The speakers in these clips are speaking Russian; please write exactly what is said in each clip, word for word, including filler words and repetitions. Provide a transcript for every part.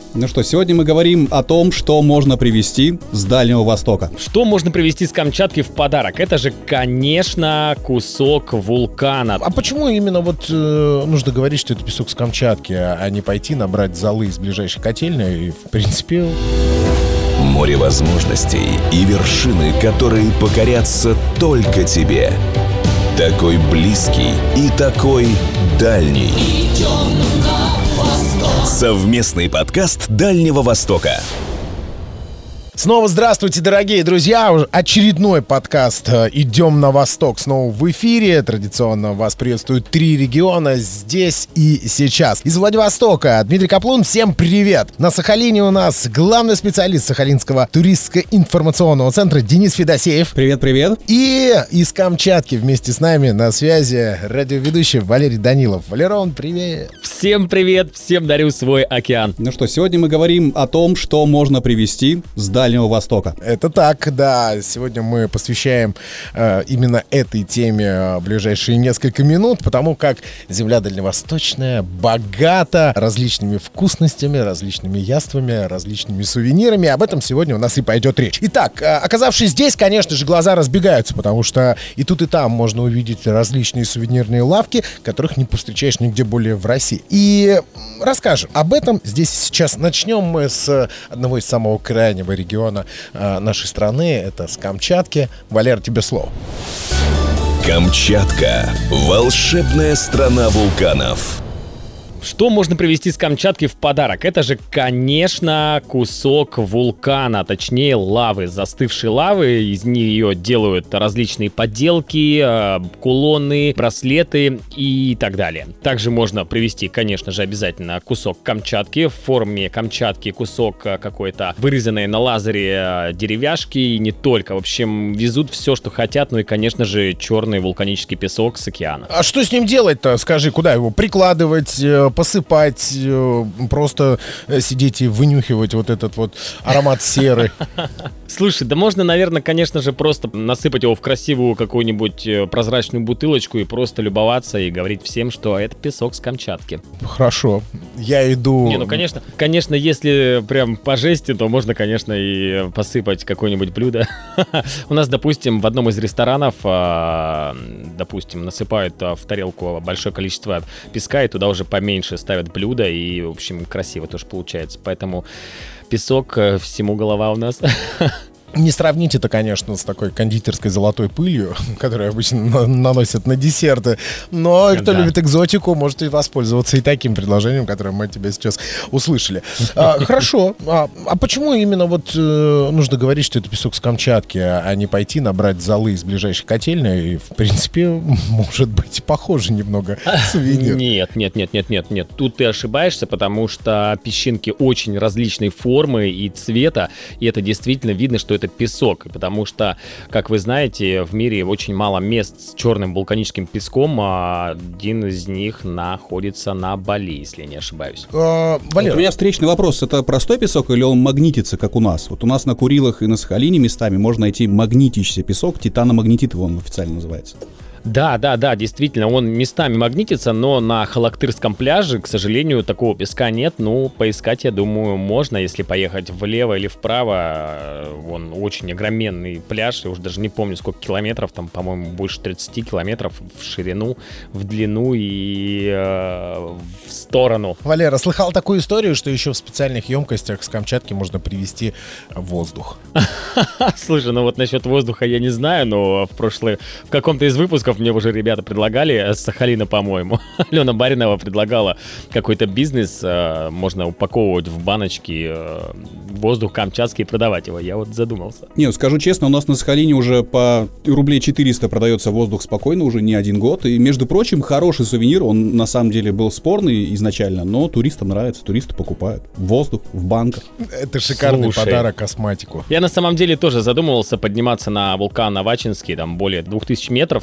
Ну что, сегодня мы говорим о том, что можно привезти с Дальнего Востока. Что можно привезти с Камчатки в подарок? Это же, конечно, кусок вулкана. А почему именно вот э, нужно говорить, что это песок с Камчатки, а не пойти набрать золы из ближайшей котельной и, в принципе... Море возможностей и вершины, которые покорятся только тебе. Такой близкий и такой дальний. Совместный подкаст Дальнего Востока. Снова здравствуйте, дорогие друзья! Очередной подкаст «Идем на восток» снова в эфире. Традиционно вас приветствуют три региона здесь и сейчас. Из Владивостока Дмитрий Каплун, всем привет! На Сахалине у нас главный специалист Сахалинского туристско-информационного центра Денис Федосеев. Привет-привет! И из Камчатки вместе с нами на связи радиоведущий Валерий Данилов. Валерон, привет! Всем привет! Всем дарю свой океан. Ну что, сегодня мы говорим о том, что можно привезти с Дальнего Востока. Это так, да. Сегодня мы посвящаем э, именно этой теме ближайшие несколько минут, потому как земля дальневосточная богата различными вкусностями, различными яствами, различными сувенирами. Об этом сегодня у нас и пойдет речь. Итак, э, оказавшись здесь, конечно же, глаза разбегаются, потому что и тут, и там можно увидеть различные сувенирные лавки, которых не повстречаешь нигде более в России. И расскажем об этом здесь и сейчас. Начнем мы с одного из самого крайнего региона нашей страны, это с Камчатки. Валер, тебе слово. Камчатка – волшебная страна вулканов. Что можно привезти с Камчатки в подарок? Это же, конечно, кусок вулкана, точнее лавы, застывшей лавы. Из нее делают различные поделки, кулоны, браслеты и так далее. Также можно привезти, конечно же, обязательно кусок Камчатки в форме Камчатки, кусок какой-то вырезанной на лазере деревяшки и не только. В общем, везут все, что хотят, ну и, конечно же, черный вулканический песок с океана. А что с ним делать-то? Скажи, куда его прикладывать, посыпать, просто сидеть и вынюхивать вот этот вот аромат серы? Слушай, да можно, наверное, конечно же, просто насыпать его в красивую какую-нибудь прозрачную бутылочку и просто любоваться и говорить всем, что это песок с Камчатки. Хорошо, я иду... Не, ну, конечно, конечно, если прям по жести, то можно, конечно, и посыпать какое-нибудь блюдо. У нас, допустим, в одном из ресторанов, допустим, насыпают в тарелку большое количество песка, и туда уже поменьше ставят блюдо, и, в общем, красиво тоже получается. Поэтому песок всему голова у нас. Не сравнить это, конечно, с такой кондитерской золотой пылью, которую обычно на- наносят на десерты. Но кто да. любит экзотику, может и воспользоваться и таким предложением, которое мы от тебя сейчас услышали. А, хорошо. А, а почему именно вот э, нужно говорить, что это песок с Камчатки, а не пойти набрать золы из ближайшей котельной? И, в принципе, может быть, похоже немного сувенир. Нет, нет, нет, нет, нет, нет. Тут ты ошибаешься, потому что песчинки очень различной формы и цвета, и это действительно видно, что это песок, потому что, как вы знаете, в мире очень мало мест с черным вулканическим песком, а один из них находится на Бали, если я не ошибаюсь. А, Валера. Вот у меня встречный вопрос. Это простой песок или он магнитится, как у нас? Вот у нас на Курилах и на Сахалине местами можно найти магнитящийся песок, титаномагнетит его он официально называется. Да, да, да, действительно, он местами магнитится, но на Халактырском пляже, к сожалению, такого песка нет. Ну, поискать, я думаю, можно, если поехать влево или вправо. Он очень огроменный пляж, я уже даже не помню, сколько километров, там, по-моему, больше тридцать километров в ширину, в длину и э, в сторону. Валера, слыхал такую историю, что еще в специальных емкостях с Камчатки можно привезти воздух? Слушай, ну вот насчет воздуха я не знаю, но в прошлый, в каком-то из выпусков мне уже ребята предлагали, с Сахалина, по-моему. Алена Баринова предлагала какой-то бизнес, э, можно упаковывать в баночки э, воздух камчатский и продавать его. Я вот задумался. Не, скажу честно, у нас на Сахалине уже по рублей четыреста продается воздух спокойно уже не один год. И, между прочим, хороший сувенир, он на самом деле был спорный изначально, но туристам нравится, туристы покупают. Воздух в банках. Это шикарный Слушай, подарок косматику. Я на самом деле тоже задумывался подниматься на вулкан Авачинский, там более двух тысяч метров, и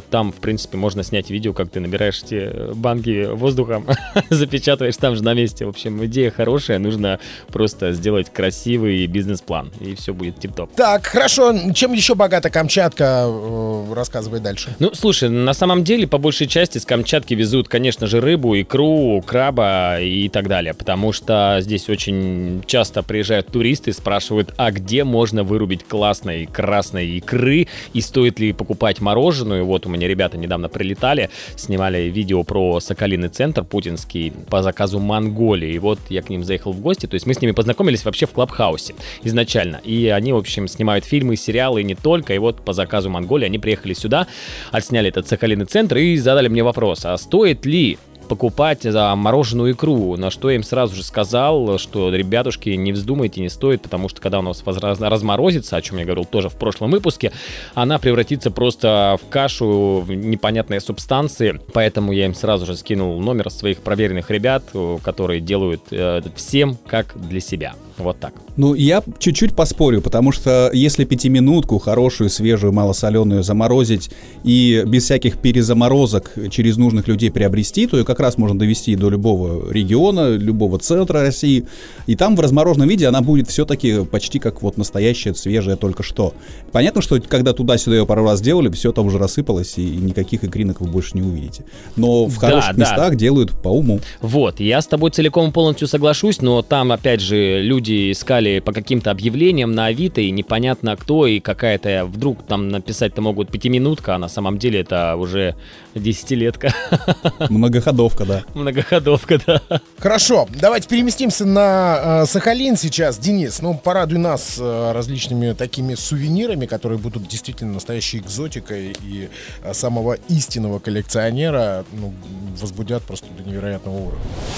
там, в принципе, можно снять видео, как ты набираешь эти банки воздухом, запечатываешь там же на месте. В общем, идея хорошая, нужно просто сделать красивый бизнес-план, и все будет тип-топ. Так, хорошо. Чем еще богата Камчатка? Рассказывай дальше. Ну, слушай, на самом деле, по большей части с Камчатки везут, конечно же, рыбу, икру, краба и так далее, потому что здесь очень часто приезжают туристы, спрашивают, а где можно вырубить классной красной икры, и стоит ли покупать мороженую. Вот у меня ребята недавно прилетали, снимали видео про Соколиный центр путинский по заказу Монголии, и вот я к ним заехал в гости, то есть мы с ними познакомились вообще в Клабхаусе изначально, и они, в общем, снимают фильмы, сериалы, и не только, и вот по заказу Монголии они приехали сюда, отсняли этот Соколиный центр и задали мне вопрос, а стоит ли покупать за мороженую икру, на что я им сразу же сказал, что, ребятушки, не вздумайте, не стоит, потому что когда у нас возра- разморозится, о чем я говорил тоже в прошлом выпуске, она превратится просто в кашу, в непонятные субстанции, поэтому я им сразу же скинул номер своих проверенных ребят, которые делают э, всем как для себя. Вот так. Ну, я чуть-чуть поспорю, потому что если пятиминутку хорошую, свежую, малосоленую заморозить и без всяких перезаморозок через нужных людей приобрести, то ее как раз можно довести до любого региона, любого центра России, и там в размороженном виде она будет все-таки почти как вот настоящая, свежая только что. Понятно, что когда туда-сюда ее пару раз делали, все там уже рассыпалось, и никаких икринок вы больше не увидите. Но в хороших да, местах да. делают по уму. Вот, я с тобой целиком и полностью соглашусь, но там, опять же, люди искали по каким-то объявлениям на Авито, и непонятно кто, и какая-то, вдруг там написать-то могут пятиминутка, а на самом деле это уже десятилетка. Многоходовка, да. Многоходовка, да. Хорошо, давайте переместимся на э, Сахалин сейчас. Денис, ну порадуй нас э, различными такими сувенирами, которые будут действительно настоящей экзотикой и э, самого истинного коллекционера ну, возбудят просто до невероятного уровня.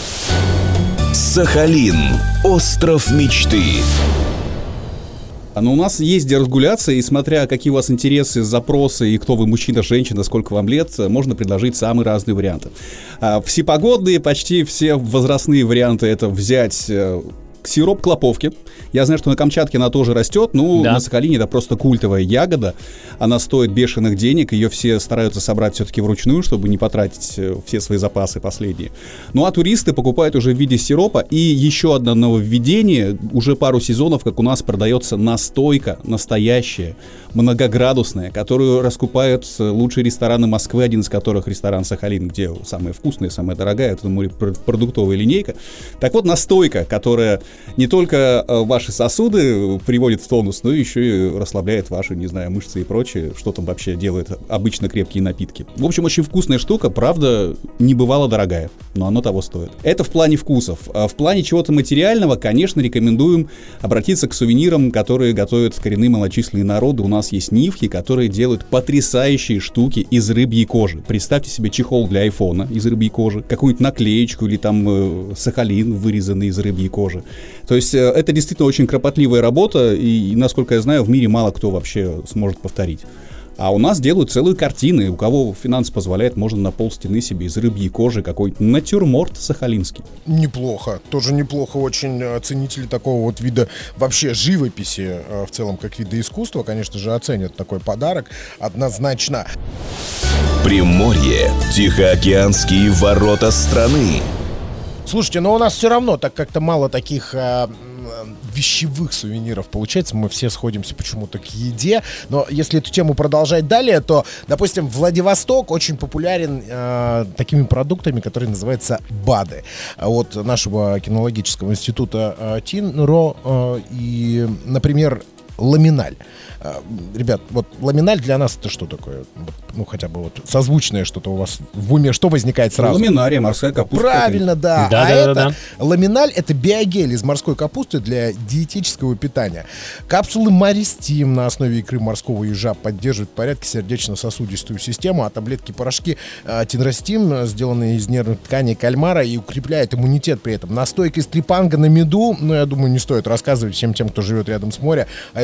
Сахалин. Остров мечты. Но у нас есть где разгуляться, и смотря какие у вас интересы, запросы, и кто вы, мужчина, женщина, сколько вам лет, можно предложить самые разные варианты. Всепогодные, почти все возрастные варианты — это взять сироп клоповки. Я знаю, что на Камчатке она тоже растет, но да. на Сахалине это просто культовая ягода. Она стоит бешеных денег, ее все стараются собрать все-таки вручную, чтобы не потратить все свои запасы последние. Ну а туристы покупают уже в виде сиропа. И еще одно нововведение, уже пару сезонов, как у нас продается настойка настоящая, многоградусная, которую раскупают лучшие рестораны Москвы, один из которых ресторан Сахалин, где самая вкусная, самая дорогая, это морепродуктовая линейка. Так вот, настойка, которая не только ваши сосуды приводит в тонус, но еще и расслабляет ваши, не знаю, мышцы и прочее, что там вообще делает обычно крепкие напитки. В общем, очень вкусная штука, правда, не бывало дорогая, но оно того стоит. Это в плане вкусов. А в плане чего-то материального, конечно, рекомендуем обратиться к сувенирам, которые готовят коренные малочисленные народы. У нас есть нивхи, которые делают потрясающие штуки из рыбьей кожи. Представьте себе чехол для айфона из рыбьей кожи, какую-нибудь наклеечку или там э, Сахалин, вырезанный из рыбьей кожи. То есть э, это действительно очень кропотливая работа, и, и, насколько я знаю, в мире мало кто вообще сможет повторить. А у нас делают целые картины. У кого финансы позволяют, можно на пол стены себе из рыбьей кожи какой-то натюрморт сахалинский. Неплохо. Тоже неплохо. Очень ценители такого вот вида вообще живописи в целом как вида искусства, конечно же, оценят такой подарок однозначно. Приморье. Тихоокеанские ворота страны. Слушайте, но у нас все равно так как-то мало таких э, вещевых сувениров получается. Мы все сходимся почему-то к еде. Но если эту тему продолжать далее, то, допустим, Владивосток очень популярен э, такими продуктами, которые называются БАДы. От нашего кинологического института э, ТИНРО. Э, и, например, ламиналь. Ребят, вот ламиналь для нас это что такое? Ну, хотя бы вот созвучное что-то у вас в уме. Что возникает сразу? Ламинария, морская капуста. Правильно, да. да а да, это да, да. ламиналь — это биогель из морской капусты для диетического питания. Капсулы Маристим на основе икры морского ежа поддерживают в порядке сердечно-сосудистую систему, а таблетки и порошки э, Тинрастим, сделанные из нервных тканей кальмара, и укрепляют иммунитет при этом. Настойка из трипанга на меду, ну, я думаю, не стоит рассказывать всем тем, кто живет рядом с морем, о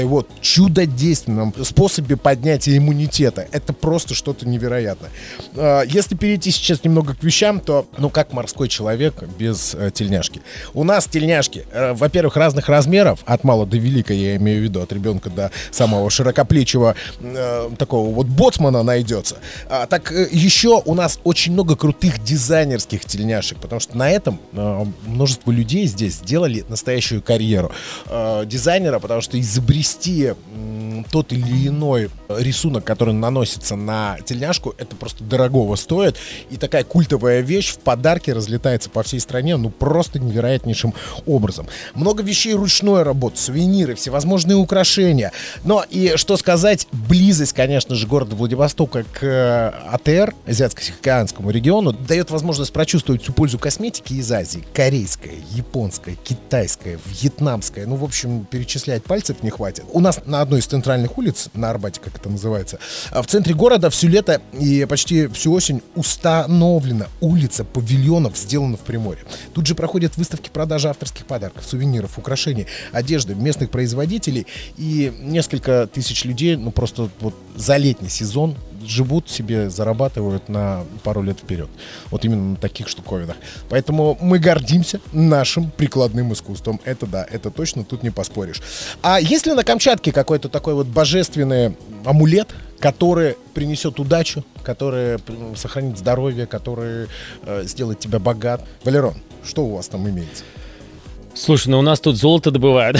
его чудодейственном способе поднятия иммунитета. Это просто что-то невероятное. Если перейти сейчас немного к вещам, то, ну, как морской человек без э, тельняшки. У нас тельняшки, э, во-первых, разных размеров, от мала до велика, я имею в виду, от ребенка до самого широкоплечего э, такого вот боцмана найдется. А, так э, еще у нас очень много крутых дизайнерских тельняшек, потому что на этом э, множество людей здесь сделали настоящую карьеру э, дизайнера, потому что изобрести э, тот или иной рисунок, который наносится на тельняшку, это просто дорогого стоит. И такая культовая вещь в подарке разлетается по всей стране, ну, просто невероятнейшим образом. Много вещей ручной работы, сувениры, всевозможные украшения. Но и что сказать, близость, конечно же, города Владивостока к АТР, Азиатско-Тихоокеанскому региону, дает возможность прочувствовать всю пользу косметики из Азии. Корейская, японская, китайская, вьетнамская. Ну, в общем, перечислять пальцев не хватит. У нас на одной из центральных улиц, на Арбате, как это называется, в центре города все лето и почти всю осень установлена улица павильонов, сделана в Приморье. Тут же проходят выставки продажи авторских подарков, сувениров, украшений, одежды местных производителей, и несколько тысяч людей, ну, просто вот за летний сезон живут себе, зарабатывают на пару лет вперед. Вот именно на таких штуковинах. Поэтому мы гордимся нашим прикладным искусством. Это да, это точно, тут не поспоришь. А есть ли на Камчатке какой-то такой вот божественный амулет, который принесет удачу, который сохранит здоровье, который э, сделает тебя богат? Валерон, что у вас там имеется? Слушай, ну у нас тут золото добывают.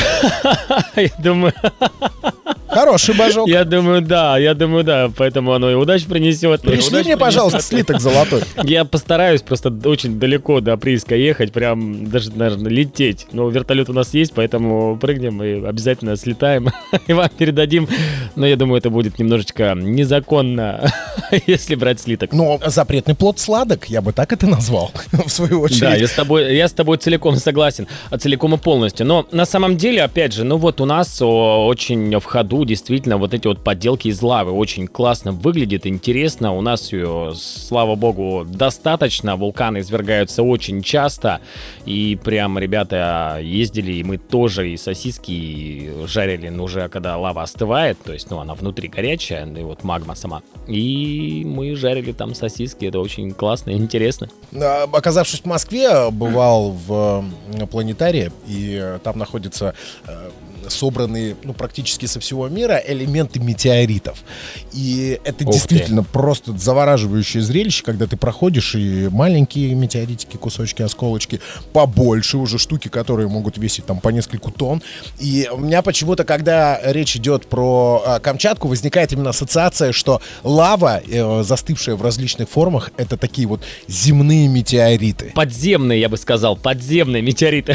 Я думаю... Хороший божок. Я думаю, да, я думаю, да, поэтому оно и удачу принесет. Пришли мне, пожалуйста, слиток золотой. Я постараюсь просто очень далеко до прииска ехать, прям даже, наверное, лететь. Но вертолет у нас есть, поэтому прыгнем и обязательно слетаем и вам передадим. Но я думаю, это будет немножечко незаконно, если брать слиток. Но запретный плод сладок, я бы так это назвал, в свою очередь. Да, я с тобой, я с тобой целиком согласен, целиком и полностью. Но на самом деле, опять же, ну вот у нас очень в ходу действительно вот эти вот подделки из лавы. Очень классно выглядит, интересно. У нас ее, слава богу, достаточно. Вулканы извергаются очень часто. И прям ребята ездили, и мы тоже и сосиски жарили, ну, уже когда лава остывает. То есть, ну, она внутри горячая, и вот магма сама. И мы жарили там сосиски. Это очень классно и интересно. Оказавшись в Москве, бывал в планетарии, и там находится... собранные, ну, практически со всего мира элементы метеоритов. И это Ух действительно ты. Просто завораживающее зрелище, когда ты проходишь и маленькие метеоритики, кусочки, осколочки, побольше уже штуки, которые могут весить там по нескольку тонн. И у меня почему-то, когда речь идет про а, Камчатку, возникает именно ассоциация, что лава, э, застывшая в различных формах, это такие вот земные метеориты. Подземные, я бы сказал, подземные метеориты.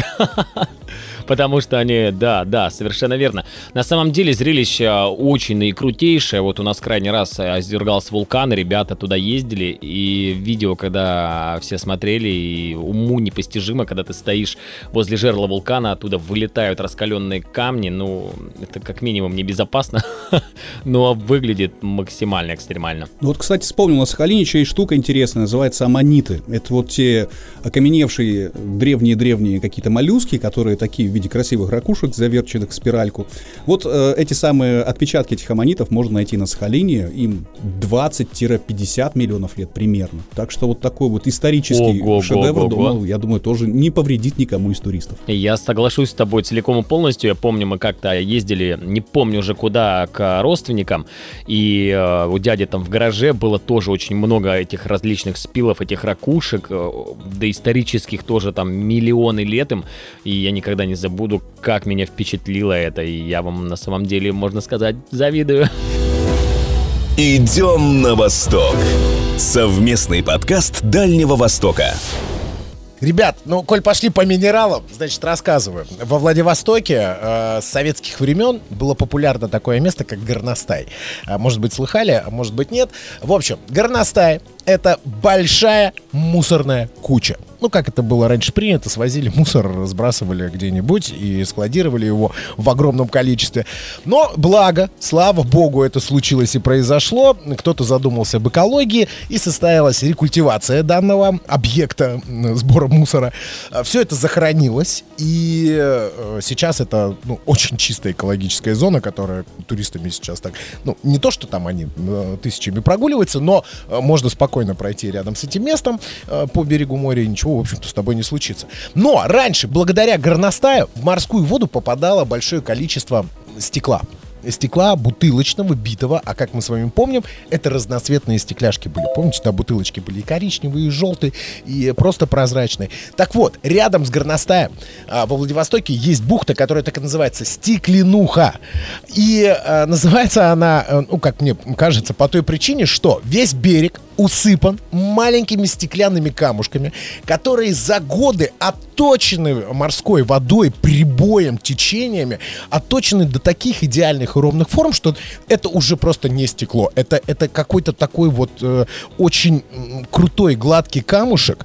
Потому что они, да, да, совершенно верно. На самом деле зрелище очень и крутейшее. Вот у нас крайний раз извергался вулкан, ребята туда ездили, и видео, когда все смотрели, и уму непостижимо, когда ты стоишь возле жерла вулкана, оттуда вылетают раскаленные камни, ну, это как минимум небезопасно, но выглядит максимально экстремально. Вот, кстати, вспомнил, на Сахалине еще есть штука интересная, называется аммониты. Это вот те окаменевшие древние-древние какие-то моллюски, которые такие в виде красивых ракушек, заверченных в спиральку. Вот э, эти самые отпечатки этих аммонитов можно найти на Сахалине. Им двадцать-пятьдесят миллионов лет примерно. Так что вот такой вот исторический Ого, шедевр, ого, думал, я думаю, тоже не повредит никому из туристов. Я соглашусь с тобой целиком и полностью. Я помню, мы как-то ездили, не помню уже куда, к родственникам, и э, у дяди там в гараже было тоже очень много этих различных спилов, этих ракушек, э, доисторических тоже там миллионы лет им, и я никогда не забуду, как меня впечатлило это, и я вам на самом деле, можно сказать, завидую. Идем на восток. Совместный подкаст Дальнего Востока. Ребят, ну, коль пошли по минералам, значит, рассказываю. Во Владивостоке э, с советских времен было популярно такое место, как горностай. А, может быть, слыхали, а может быть, нет. В общем, горностай — это большая мусорная куча. Ну, как это было раньше принято, свозили мусор, сбрасывали где-нибудь и складировали его в огромном количестве. Но благо, слава богу, это случилось и произошло. Кто-то задумался об экологии, и состоялась рекультивация данного объекта сбора мусора. Все это захоронилось, и сейчас это ну, очень чистая экологическая зона, которая туристами сейчас так... Ну, не то, что там они тысячами прогуливаются, но можно спокойно пройти рядом с этим местом по берегу моря, и ничего, в общем-то, с тобой не случится. Но раньше, благодаря горностаю, в морскую воду попадало большое количество стекла. Стекла бутылочного, битого, а как мы с вами помним, это разноцветные стекляшки были. Помните, да, бутылочки были и коричневые, и желтые, и просто прозрачные. Так вот, рядом с горностаем а, во Владивостоке есть бухта, которая так и называется Стекленуха. И а, называется она, ну, как мне кажется, по той причине, что весь берег усыпан маленькими стеклянными камушками, которые за годы отточены морской водой, прибоем, течениями, отточены до таких идеальных и ровных форм, что это уже просто не стекло. Это, это какой-то такой вот э, очень крутой, гладкий камушек.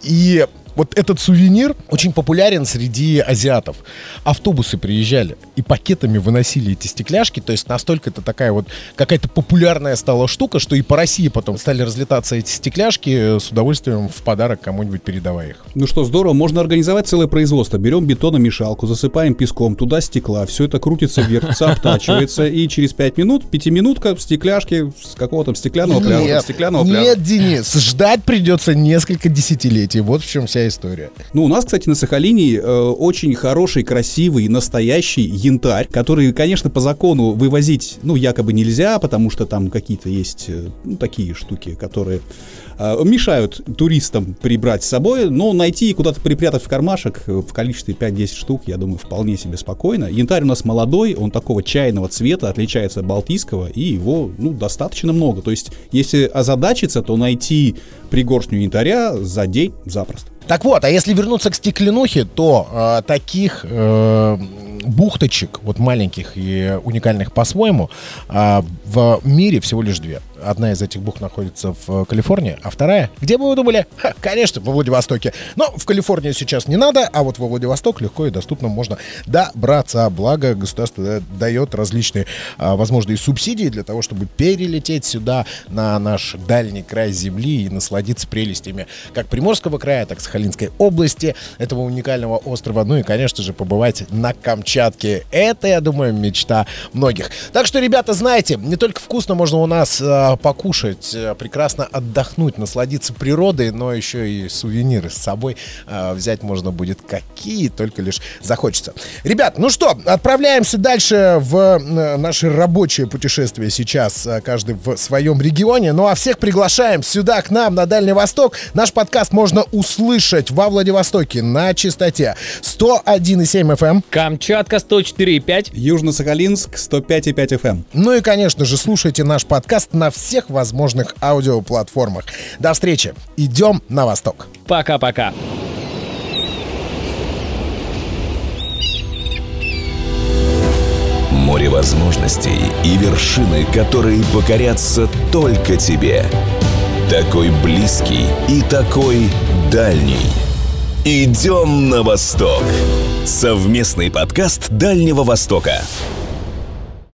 И вот этот сувенир очень популярен среди азиатов. Автобусы приезжали и пакетами выносили эти стекляшки. То есть настолько это такая вот какая-то популярная стала штука, что и по России потом стали разлетаться эти стекляшки, с удовольствием в подарок кому-нибудь передавая их. Ну что, здорово, можно организовать целое производство. Берем бетономешалку, засыпаем песком, туда стекла, все это крутится, вертится, обтачивается, и через пять минут, пятиминутка в стекляшке с какого-то стеклянного пляжа. Нет, стеклянного нет, пляжа. Денис, ждать придется несколько десятилетий. Вот в чем вся история. Ну, у нас, кстати, на Сахалине э, очень хороший, красивый, настоящий янтарь, который, конечно, по закону вывозить, ну, якобы нельзя, потому что там какие-то есть, э, ну, такие штуки, которые э, мешают туристам прибрать с собой, но найти и куда-то припрятать в кармашек в количестве пять-десять штук, я думаю, вполне себе спокойно. Янтарь у нас молодой, он такого чайного цвета, отличается от балтийского, и его, ну, достаточно много. То есть, если озадачиться, то найти пригоршню янтаря за день запросто. Так вот, а если вернуться к Стекленухе, то э, таких э, бухточек, вот маленьких и уникальных по-своему, э, в мире всего лишь две. Одна из этих бухт находится в Калифорнии, а вторая, где бы вы думали? Ха, конечно, во Владивостоке. Но в Калифорнию сейчас не надо, а вот во Владивосток легко и доступно можно добраться. Благо, государство дает различные а, возможные субсидии для того, чтобы перелететь сюда, на наш дальний край земли, и насладиться прелестями как Приморского края, так и Сахалинской области, этого уникального острова. Ну и, конечно же, побывать на Камчатке. Это, я думаю, мечта многих. Так что, ребята, знаете, не только вкусно можно у нас а, покушать, прекрасно отдохнуть, насладиться природой, но еще и сувениры с собой э, взять можно будет, какие только лишь захочется. Ребят, ну что, отправляемся дальше в э, наше рабочее путешествие сейчас, э, каждый в своем регионе. Ну а всех приглашаем сюда, к нам, на Дальний Восток. Наш подкаст можно услышать во Владивостоке на частоте сто один и семь эф эм. Камчатка сто четыре и пять. Южно-Сахалинск сто пять и пять эф эм. Ну и, конечно же, слушайте наш подкаст на всех возможных аудиоплатформах. До встречи. Идем на восток. Пока-пока. Море возможностей и вершины, которые покорятся только тебе. Такой близкий и такой дальний. Идем на восток. Совместный подкаст Дальнего Востока.